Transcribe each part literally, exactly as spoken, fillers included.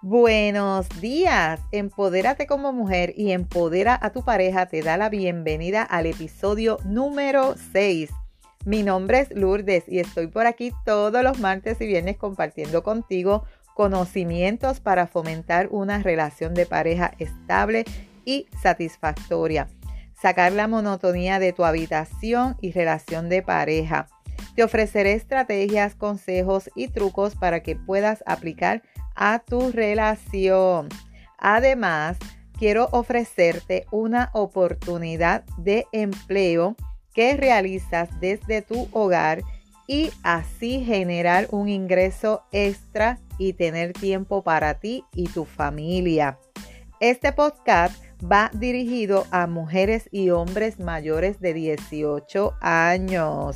Buenos días, empodérate como mujer y empodera a tu pareja te da la bienvenida al episodio número seis. Mi nombre es Lourdes y estoy por aquí todos los martes y viernes compartiendo contigo conocimientos para fomentar una relación de pareja estable y satisfactoria. Sacar la monotonía de tu habitación y relación de pareja. Te ofreceré estrategias, consejos y trucos para que puedas aplicar a tu relación. Además, quiero ofrecerte una oportunidad de empleo que realizas desde tu hogar y así generar un ingreso extra y tener tiempo para ti y tu familia. Este podcast va dirigido a mujeres y hombres mayores de dieciocho años.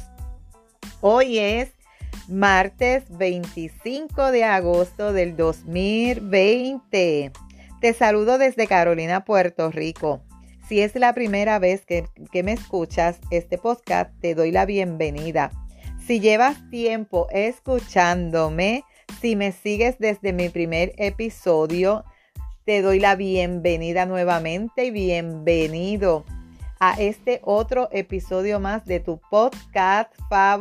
Hoy es martes veinticinco de agosto del dos mil veinte. Te saludo desde Carolina, Puerto Rico. Si es la primera vez que, que me escuchas este podcast, te doy la bienvenida. Si llevas tiempo escuchándome, si me sigues desde mi primer episodio, te doy la bienvenida nuevamente y bienvenido a este otro episodio más de tu podcast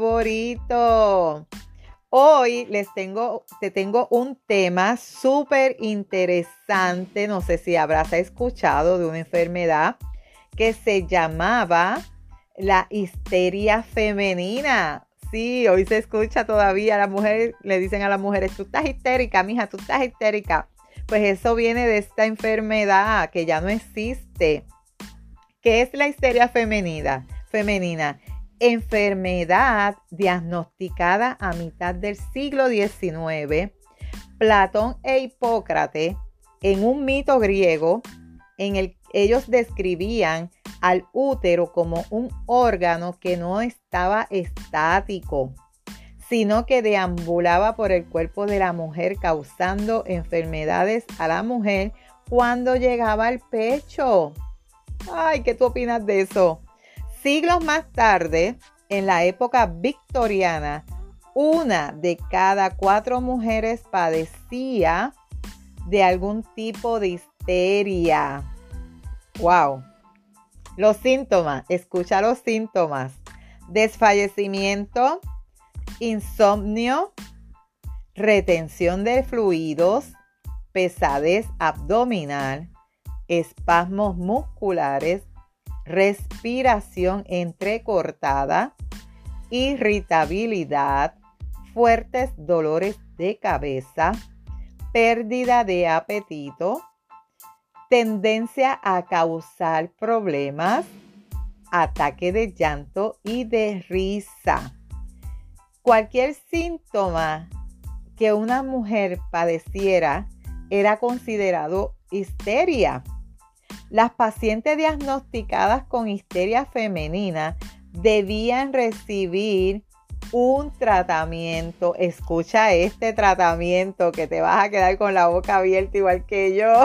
favorito. Hoy les tengo, te tengo un tema súper interesante. No sé si habrás escuchado de una enfermedad que se llamaba la histeria femenina. Sí, hoy se escucha todavía. Las mujeres le dicen a las mujeres, tú estás histérica, mija, tú estás histérica. Pues eso viene de esta enfermedad que ya no existe. ¿Qué es la histeria femenina? Femenina, enfermedad diagnosticada a mitad del siglo diecinueve. Platón e Hipócrates, en un mito griego, en el que ellos describían al útero como un órgano que no estaba estático, sino que deambulaba por el cuerpo de la mujer, causando enfermedades a la mujer cuando llegaba al pecho. Ay, ¿qué tú opinas de eso? Siglos más tarde, en la época victoriana, una de cada cuatro mujeres padecía de algún tipo de histeria. ¡Wow! Los síntomas, escucha los síntomas. Desfallecimiento, insomnio, retención de fluidos, pesadez abdominal, espasmos musculares, respiración entrecortada, irritabilidad, fuertes dolores de cabeza, pérdida de apetito, tendencia a causar problemas, ataque de llanto y de risa. Cualquier síntoma que una mujer padeciera era considerado histeria. Las pacientes diagnosticadas con histeria femenina debían recibir un tratamiento. Escucha este tratamiento que te vas a quedar con la boca abierta igual que yo.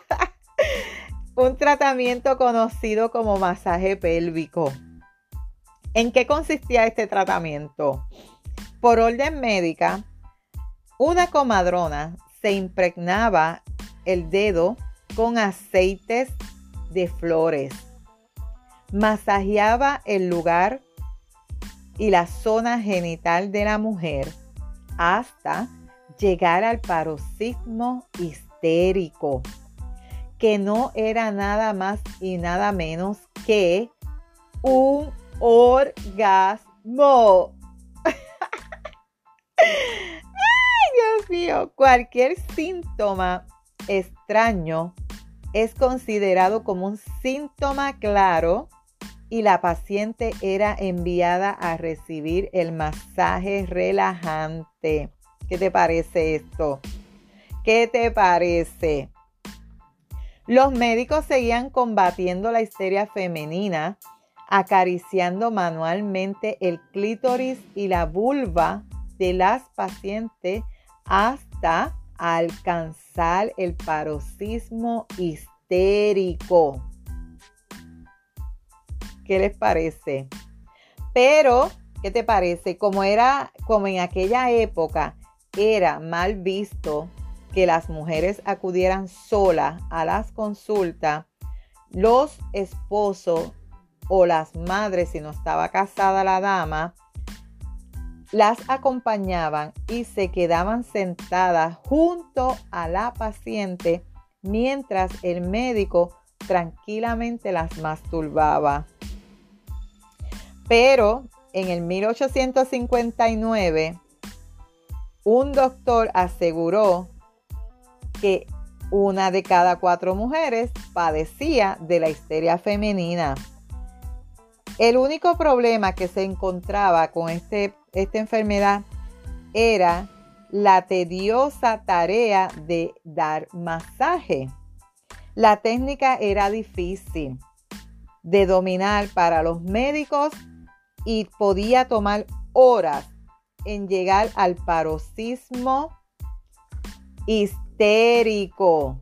Un tratamiento conocido como masaje pélvico. ¿En qué consistía este tratamiento? Por orden médica, una comadrona se impregnaba el dedo con aceites de flores, masajeaba el lugar y la zona genital de la mujer hasta llegar al paroxismo histérico, que no era nada más y nada menos que un orgasmo. Dios mío, cualquier síntoma extraño es considerado como un síntoma claro y la paciente era enviada a recibir el masaje relajante. ¿Qué te parece esto? ¿Qué te parece? Los médicos seguían combatiendo la histeria femenina, acariciando manualmente el clítoris y la vulva de las pacientes hasta alcanzar el paroxismo histérico. ¿Qué les parece? Pero, ¿qué te parece? Como era, como en aquella época era mal visto que las mujeres acudieran solas a las consultas, los esposos o las madres, si no estaba casada la dama, las acompañaban y se quedaban sentadas junto a la paciente mientras el médico tranquilamente las masturbaba. Pero en el mil ochocientos cincuenta y nueve, un doctor aseguró que una de cada cuatro mujeres padecía de la histeria femenina. El único problema que se encontraba con este, esta enfermedad era la tediosa tarea de dar masaje. La técnica era difícil de dominar para los médicos y podía tomar horas en llegar al paroxismo histérico.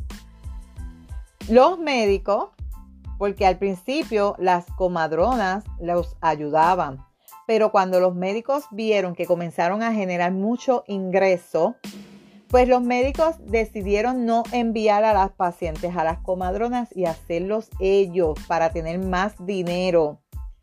Los médicos, porque al principio las comadronas los ayudaban, pero cuando los médicos vieron que comenzaron a generar mucho ingreso, pues los médicos decidieron no enviar a las pacientes a las comadronas y hacerlos ellos para tener más dinero.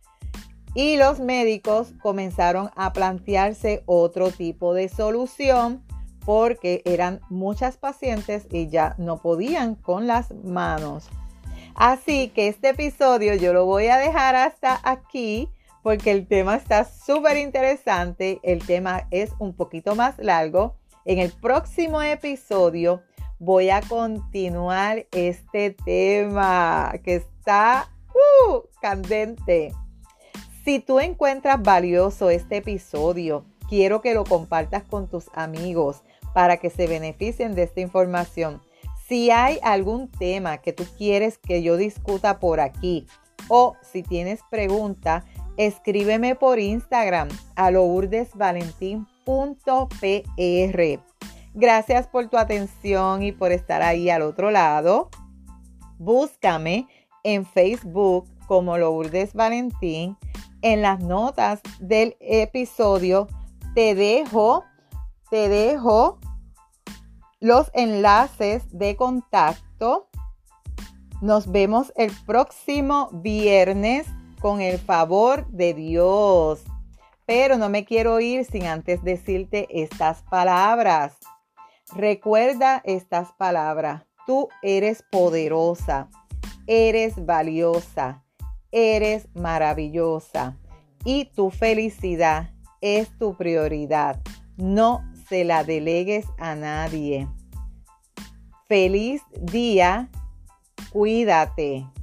Y los médicos comenzaron a plantearse otro tipo de solución porque eran muchas pacientes y ya no podían con las manos. Así que este episodio yo lo voy a dejar hasta aquí porque el tema está súper interesante. El tema es un poquito más largo. En el próximo episodio voy a continuar este tema que está uh, candente. Si tú encuentras valioso este episodio, quiero que lo compartas con tus amigos para que se beneficien de esta información. Si hay algún tema que tú quieres que yo discuta por aquí o si tienes pregunta, escríbeme por Instagram a lourdes valentín punto p r. Gracias por tu atención y por estar ahí al otro lado. Búscame en Facebook como Lourdes Valentín. En las notas del episodio te dejo, te dejo los enlaces de contacto. Nos vemos el próximo viernes con el favor de Dios. Pero no me quiero ir sin antes decirte estas palabras. Recuerda estas palabras. Tú eres poderosa, eres valiosa, eres maravillosa y tu felicidad es tu prioridad. No se la delegues a nadie. Feliz día. Cuídate.